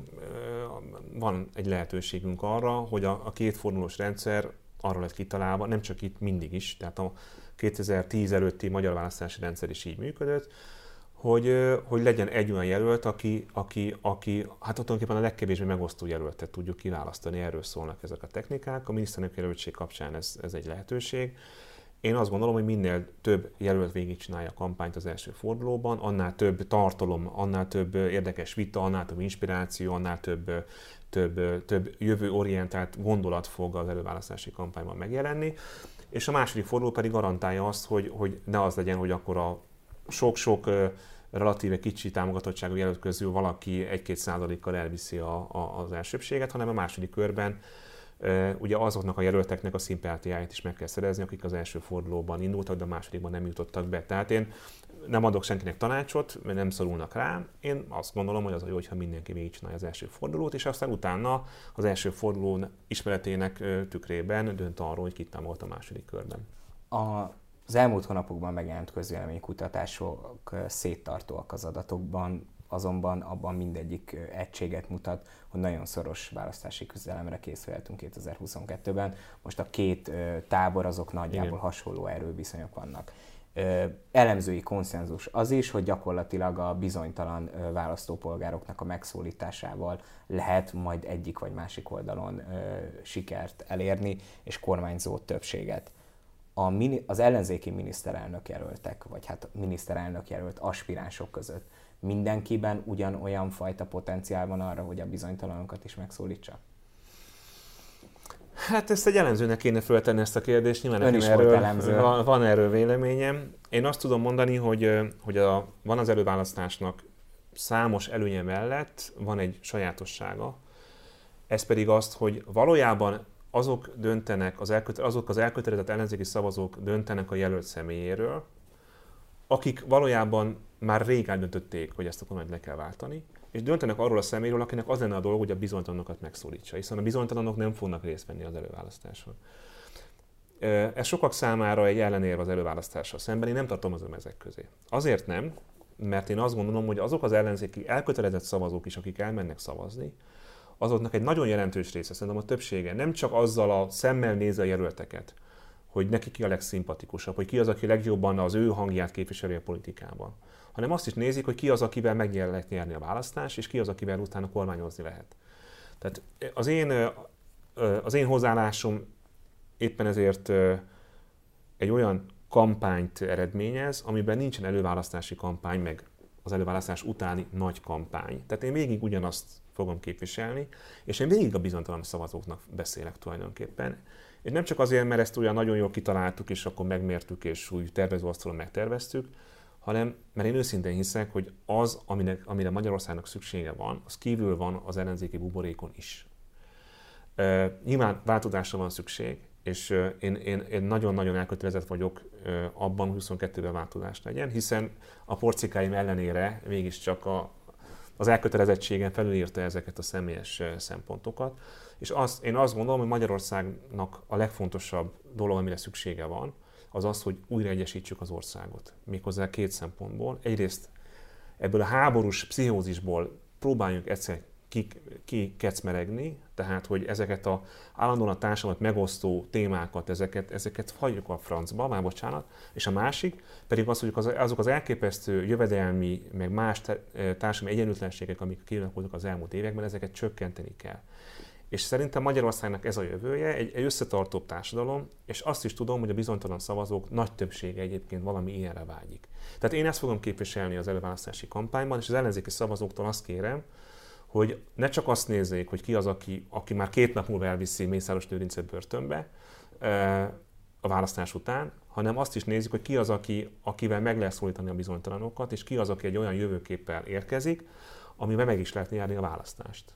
Van egy lehetőségünk arra, hogy a, a kétfordulós rendszer arra lett kitalálva, nem csak itt, mindig is, tehát a kétezer-tíz előtti magyar választási rendszer is így működött, hogy, hogy legyen egy olyan jelölt, aki, aki, aki hát tulajdonképpen a legkevésbé megosztó jelöltet tudjuk kiválasztani, erről szólnak ezek a technikák. A miniszterelnök jelöltség kapcsán ez, ez egy lehetőség. Én azt gondolom, hogy minél több jelölt végigcsinálja a kampányt az első fordulóban, annál több tartalom, annál több érdekes vita, annál több inspiráció, annál több, több, több jövőorientált gondolat fog az előválasztási kampányban megjelenni. És a második forduló pedig garantálja azt, hogy, hogy ne az legyen, hogy akkor a sok-sok relatíve kicsi támogatottságú jelölt közül valaki egy-két százalékkal elviszi a, a, az elsőbbséget, hanem a második körben ugye azoknak a jelölteknek a szimpátiáit is meg kell szerezni, akik az első fordulóban indultak, de a másodikban nem jutottak be. Tehát én nem adok senkinek tanácsot, mert nem szorulnak rá. Én azt gondolom, hogy az a jó, hogyha mindenki végigcsinálja az első fordulót, és aztán utána az első forduló ismeretének tükrében dönt arról, hogy kit támogat a második körben. A Az elmúlt hónapokban megjelent közvéleménykutatások széttartóak az adatokban, azonban abban mindegyik egységet mutat, hogy nagyon szoros választási küzdelemre készülhetünk kétezer-huszonkettőben. Most a két tábor azok nagyjából igen. hasonló erőviszonyok vannak. Elemzői konszenzus az is, hogy gyakorlatilag a bizonytalan választópolgároknak a megszólításával lehet majd egyik vagy másik oldalon sikert elérni, és kormányzó többséget. A mini, az ellenzéki miniszterelnök jelöltek, vagy hát miniszterelnök jelölt aspiránsok között mindenkiben ugyanolyan fajta potenciál van arra, hogy a bizonytalanokat is megszólítsa? Hát ezt egy elemzőnek kéne föltenni ezt a kérdést, nyilván Ön is erről, volt elemző. Van, van erről véleményem. Én azt tudom mondani, hogy, hogy a, van az előválasztásnak számos előnye mellett van egy sajátossága. Ez pedig azt, hogy valójában azok döntenek, az elköte, azok az elkötelezett ellenzéki szavazók döntenek a jelölt személyéről, akik valójában már rég eldöntötték, hogy ezt a kormányt le kell váltani, és döntenek arról a személyről, akinek az lenne a dolog, hogy a bizonytalanokat megszólítsa, hiszen a bizonytalanok nem fognak részt venni az előválasztáson. Ez sokak számára egy ellenérv az előválasztással szemben, én nem tartom azon ezek közé. Azért nem, mert én azt gondolom, hogy azok az ellenzéki elkötelezett szavazók is, akik elmennek szavazni, azoknak egy nagyon jelentős része, szerintem a többsége nem csak azzal a szemmel nézi a jelölteket, hogy neki ki a legszimpatikusabb, hogy ki az, aki legjobban az ő hangját képviseli a politikában, hanem azt is nézik, hogy ki az, akivel meg lehet nyerni a választás, és ki az, akivel utána kormányozni lehet. Tehát az én, az én hozzáállásom éppen ezért egy olyan kampányt eredményez, amiben nincsen előválasztási kampány, meg az előválasztás utáni nagy kampány. Tehát én végig ugyanazt fogom képviselni, és én végig a bizonytalan szavazóknak beszélek tulajdonképpen. És nem csak azért, mert ezt olyan nagyon jól kitaláltuk, és akkor megmértük, és úgy tervezőasztalon megterveztük, hanem mert én őszintén hiszek, hogy az, aminek, amire Magyarországnak szüksége van, az kívül van az ellenzéki buborékon is. Uh, nyilván változásra van szükség, és uh, én, én, én nagyon-nagyon elkötelezett vagyok uh, abban, hogy huszonkettőben változás legyen, hiszen a porcikáim ellenére mégiscsak a, az elkötelezettségen felülírta ezeket a személyes uh, szempontokat. És azt, én azt gondolom, hogy Magyarországnak a legfontosabb dolog, amire szüksége van, az az, hogy újra egyesítsük az országot. Méghozzá két szempontból. Egyrészt ebből a háborús pszichózisból próbáljunk egyszer kikecmeregni, ki tehát, hogy ezeket a állandóan a társadalmat megosztó témákat, ezeket, ezeket hagyjuk a francba, már bocsánat, és a másik pedig az, hogy az, azok az elképesztő jövedelmi, meg más társadalmi egyenlőtlenségek, amik kialakultak az elmúlt években, ezeket csökkenteni kell. És szerintem Magyarországnak ez a jövője, egy, egy összetartóbb társadalom, és azt is tudom, hogy a bizonytalan szavazók nagy többsége egyébként valami ilyenre vágyik. Tehát én ezt fogom képviselni az előválasztási kampányban, és az ellenzéki szavazóktól azt kérem, hogy ne csak azt nézzék, hogy ki az, aki, aki már két nap múlva elviszi Mészáros Lőrincet börtönbe a választás után, hanem azt is nézik, hogy ki az, aki, akivel meg lehet szólítani a bizonytalanokat, és ki az, aki egy olyan jövőképpel érkezik, amivel meg is lehet nyerni a választást.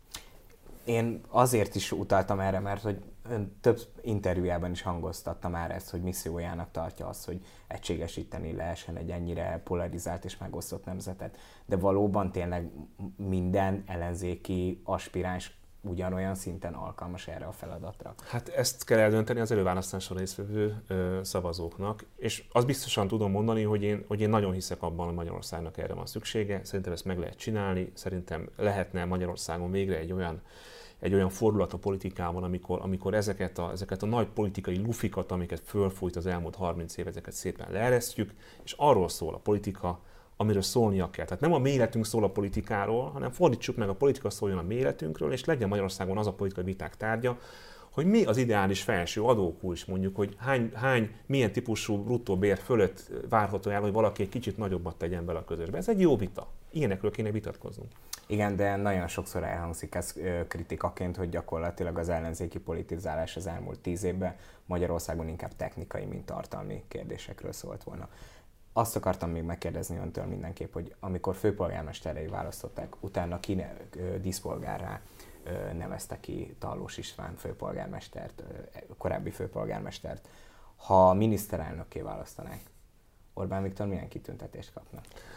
Én azért is utaltam erre, mert hogy ön több interjújában is hangoztatta már ezt, hogy missziójának tartja azt, hogy egységesíteni lehessen egy ennyire polarizált és megosztott nemzetet. De valóban tényleg minden ellenzéki aspiráns ugyanolyan szinten alkalmas erre a feladatra? Hát ezt kell eldönteni az előválasztáson résztvevő szavazóknak, és azt biztosan tudom mondani, hogy én, hogy én nagyon hiszek abban, hogy Magyarországnak erre van szüksége. Szerintem ezt meg lehet csinálni, szerintem lehetne Magyarországon végre egy olyan egy olyan fordulat a politikában, amikor, amikor ezeket, a, ezeket a nagy politikai lufikat, amiket fölfújt az elmúlt harminc év, ezeket szépen leeresztjük, és arról szól a politika, amiről szólnia kell. Tehát nem a mi életünk szól a politikáról, hanem fordítsuk meg, a politika szóljon a mi életünkről, és legyen Magyarországon az a politikai viták tárgya, hogy mi az ideális felső adókulcs, mondjuk, hogy hány, hány milyen típusú bruttó bér fölött várható el, hogy valaki egy kicsit nagyobbat tegyen bele a közösbe. Ez egy jó vita. Ilyenekről kéne vitatkoznunk. Igen, de nagyon sokszor elhangzik ez kritikaként, hogy gyakorlatilag az ellenzéki politizálás az elmúlt tíz évben Magyarországon inkább technikai, mint tartalmi kérdésekről szólt volna. Azt akartam még megkérdezni öntől mindenképp, hogy amikor főpolgármesterré választották, utána ki díszpolgárrá nevezte ki Tarlós István főpolgármestert, korábbi főpolgármestert. Ha miniszterelnökké választanák, Orbán Viktor milyen kitüntetést kapna?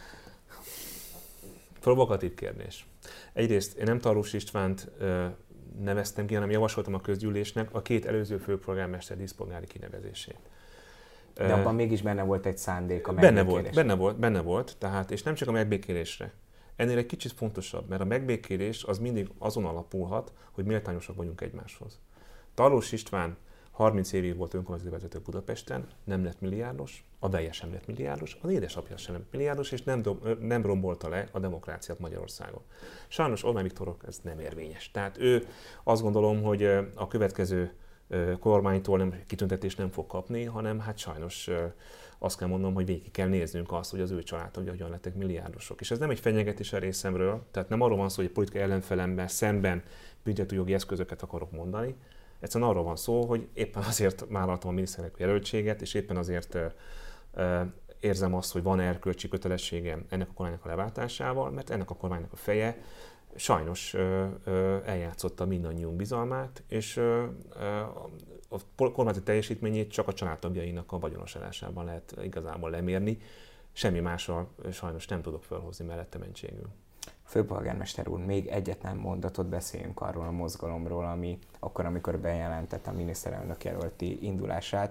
Provokatív kérdés. Egyrészt én nem Tarlós Istvánt ö, neveztem ki, hanem javasoltam a közgyűlésnek a két előző főpolgármester díszpolgári kinevezését. De abban mégis benne volt egy szándék a megbékélésre. Benne volt, benne volt, benne volt, tehát, és nem csak a megbékélésre. Ennél egy kicsit fontosabb, mert a megbékélés az mindig azon alapulhat, hogy méltányosak vagyunk egymáshoz. Tarlós István harminc évig volt önkormányzati vezető Budapesten, nem lett milliárdos, a veje sem lett milliárdos, az édesapja sem lett milliárdos, és nem, do- nem rombolta le a demokráciát Magyarországon. Sajnos Orbán Viktorok ez nem érvényes. Tehát ő azt gondolom, hogy a következő kormánytól nem kitüntetést nem fog kapni, hanem hát sajnos azt kell mondanom, hogy végig kell néznünk azt, hogy az ő családtagja hogyan lettek milliárdosok. És ez nem egy fenyegetés a részemről, tehát nem arról van szó, hogy egy politikai ellenfelemben szemben büntetőjogi eszközöket akarok mondani. Egyszerűen arról van szó, hogy éppen azért vállaltam a miniszterelnök jelöltséget, és éppen azért uh, érzem azt, hogy van erkölcsi kötelességem ennek a kormánynak a leváltásával, mert ennek a kormánynak a feje sajnos uh, uh, eljátszotta mindannyiunk bizalmát, és uh, uh, a kormányzati teljesítményét csak a családtagjainak a vagyonosodásában lehet igazából lemérni. Semmi mással sajnos nem tudok felhozni mellette mentségül. Főpolgármester úr, még egyetlen mondatot beszéljünk arról a mozgalomról, ami akkor, amikor bejelentette a miniszterelnök jelölti indulását,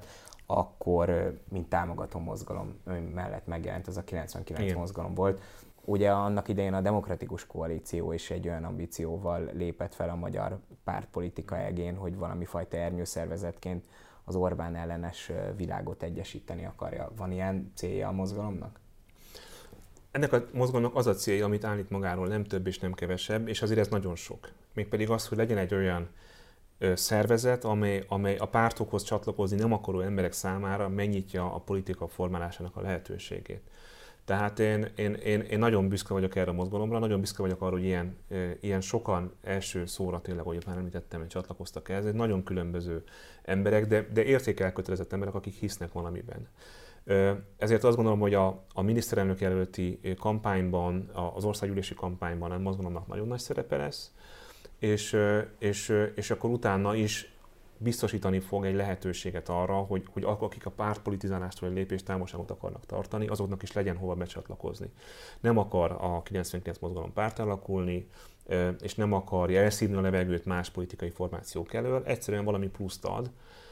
akkor mint támogató mozgalom ön mellett megjelent, az a kilencvenkilenc Igen. mozgalom volt. Ugye annak idején a Demokratikus Koalíció is egy olyan ambícióval lépett fel a magyar pártpolitika egén, hogy valami fajta ernyőszervezetként az Orbán ellenes világot egyesíteni akarja. Van ilyen célja a mozgalomnak? Ennek a mozgalomnak az a célja, amit állít magáról, nem több és nem kevesebb, és azért ez nagyon sok. Mégpedig az, hogy legyen egy olyan ö, szervezet, amely, amely a pártokhoz csatlakozni nem akaró emberek számára megnyitja a politika formálásának a lehetőségét. Tehát én, én, én, én nagyon büszke vagyok erre a mozgalomra, nagyon büszke vagyok arra, hogy ilyen, ilyen sokan első szóra tényleg, ahogy már említettem, hogy csatlakoztak ehhez, nagyon különböző emberek, de, de értékelkötelezett emberek, akik hisznek valamiben. Ezért azt gondolom, hogy a, a miniszterelnök jelölti kampányban, az országgyűlési kampányban a mozgalomnak nagyon nagy szerepe lesz, és, és, és akkor utána is biztosítani fog egy lehetőséget arra, hogy, hogy akik a pártpolitizálástól egy lépést távolságot akarnak tartani, azoknak is legyen hova becsatlakozni. Nem akar a kilencvenkilenc mozgalom párt alakulni, és nem akarja elszívni a levegőt más politikai formációk elől, egyszerűen valami pluszt ad.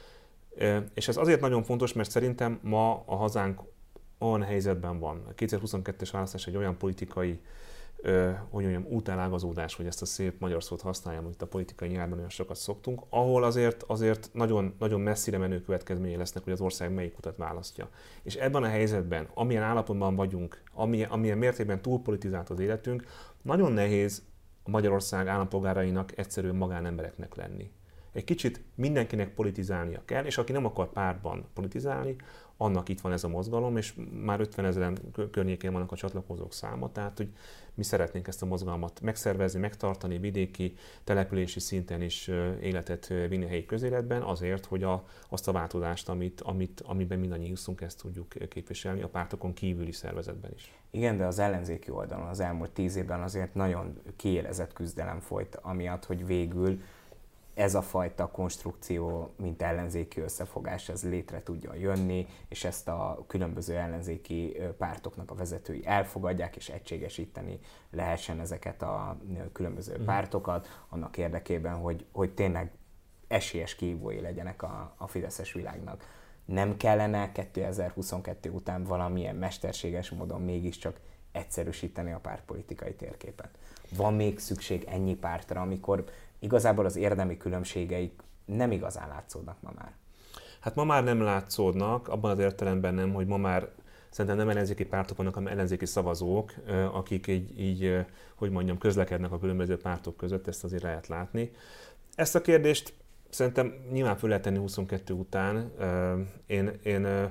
És ez azért nagyon fontos, mert szerintem ma a hazánk olyan helyzetben van. A kétezer-huszonkettes választás egy olyan politikai Uh, hogy mondjam, útelágazódás, hogy ezt a szép magyar szót használjam, amit a politikai nyelven olyan sokat szoktunk, ahol azért, azért nagyon, nagyon messzire menő következményei lesznek, hogy az ország melyik utat választja. És ebben a helyzetben, amilyen állapotban vagyunk, amilyen, amilyen mértékben túlpolitizált az életünk, nagyon nehéz a Magyarország állampolgárainak egyszerű magánembereknek lenni. Egy kicsit mindenkinek politizálnia kell, és aki nem akar pártban politizálni, annak itt van ez a mozgalom, és már ötvenezeren környékén vannak a csatlakozók száma, tehát hogy mi szeretnénk ezt a mozgalmat megszervezni, megtartani, vidéki, települési szinten is életet vinni a helyi közéletben, azért, hogy a, azt a változást, amit, amit, amiben mindannyian hiszünk, ezt tudjuk képviselni a pártokon kívüli szervezetben is. Igen, de az ellenzéki oldalon az elmúlt tíz évben azért nagyon kiélezett küzdelem folyt, amiatt, hogy végül ez a fajta konstrukció, mint ellenzéki összefogás, ez létre tudjon jönni, és ezt a különböző ellenzéki pártoknak a vezetői elfogadják, és egységesíteni lehessen ezeket a különböző mm. pártokat, annak érdekében, hogy, hogy tényleg esélyes kihívói legyenek a, a fideszes világnak. Nem kellene kétezer-huszonkettő után valamilyen mesterséges módon mégiscsak egyszerűsíteni a pártpolitikai térképet? Van még szükség ennyi pártra, amikor igazából az érdemi különbségeik nem igazán látszódnak ma már? Hát ma már nem látszódnak, abban az értelemben nem, hogy ma már szerintem nem ellenzéki pártok vannak, hanem ellenzéki szavazók, akik így, így, hogy mondjam, közlekednek a különböző pártok között, ezt azért lehet látni. Ezt a kérdést szerintem nyilván föl lehet tenni huszonkettő után. Én, én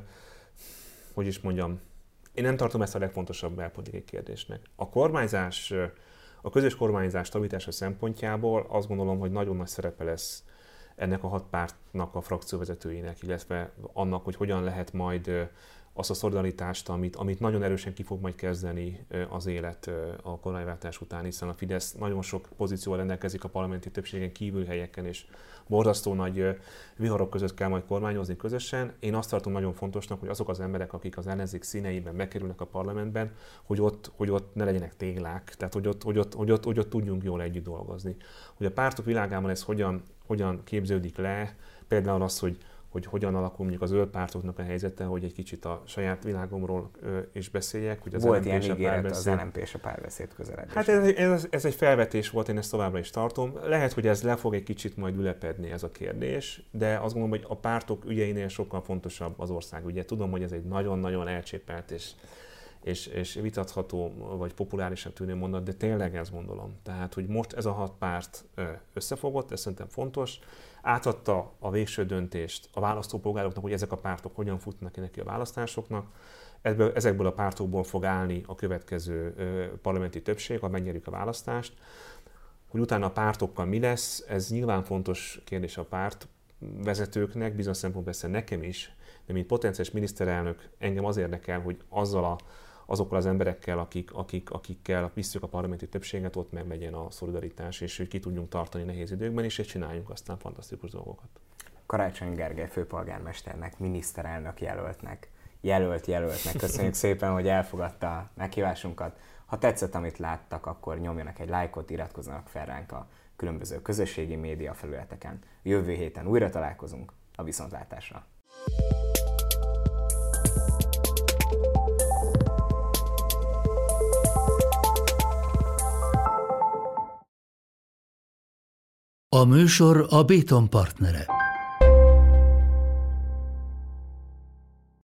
hogy is mondjam, én nem tartom ezt a legfontosabb belpolitikai kérdésnek. A kormányzás, a közös kormányzás stabilitása szempontjából azt gondolom, hogy nagyon nagy szerepe lesz ennek a hat pártnak a frakcióvezetőinek, illetve annak, hogy hogyan lehet majd azt a szolidaritást, amit, amit nagyon erősen ki fog majd kezdeni az élet a kormányváltás után, hiszen a Fidesz nagyon sok pozícióval rendelkezik a parlamenti többségen kívül helyeken, és borzasztó nagy viharok között kell majd kormányozni közösen. Én azt tartom nagyon fontosnak, hogy azok az emberek, akik az ellenzék színeiben bekerülnek a parlamentben, hogy ott, hogy ott ne legyenek téglák, tehát hogy ott, hogy, ott, hogy, ott, hogy ott tudjunk jól együtt dolgozni. Hogy a pártok világában ez hogyan, hogyan képződik le, például az, hogy hogy hogyan alakul mondjuk az zöld pártoknak a helyzete, hogy egy kicsit a saját világomról ö, is beszéljek. Hogy az volt ilyen ígéret az el em pé és a párbeszéd közeledésében. Hát ez, ez, ez egy felvetés volt, én ezt továbbra is tartom. Lehet, hogy ez le fog egy kicsit majd ülepedni ez a kérdés, de azt gondolom, hogy a pártok ügyeinél sokkal fontosabb az ország ügye. Tudom, hogy ez egy nagyon-nagyon elcsépelt és, és, és vitatható, vagy populárisan tűnő mondat, de tényleg ezt gondolom. Tehát, hogy most ez a hat párt összefogott, ez szerintem fontos, átadta a végső döntést a választópolgároknak, hogy ezek a pártok hogyan futnak ki neki a választásoknak. Ebből, ezekből a pártokból fog állni a következő ö, parlamenti többség, ha megnyerjük a választást. Hogy utána a pártokkal mi lesz, ez nyilván fontos kérdés a párt vezetőknek, bizonyos szempontból persze nekem is, de mint potenciális miniszterelnök engem az érdekel, hogy azzal a azokkal az emberekkel, akik, akik, akikkel visszük a parlamenti többséget, ott meg legyen a szolidaritás, és hogy ki tudjunk tartani nehéz időkben, és csináljunk aztán fantasztikus dolgokat. Karácsony Gergely főpolgármesternek, miniszterelnök jelöltnek, jelölt jelöltnek köszönjük szépen, hogy elfogadta a meghívásunkat. Ha tetszett, amit láttak, akkor nyomjanak egy lájkot, iratkozzanak fel ránk a különböző közösségi média felületeken. Jövő héten újra találkozunk, a viszontlátásra! A műsor a Béton partnere.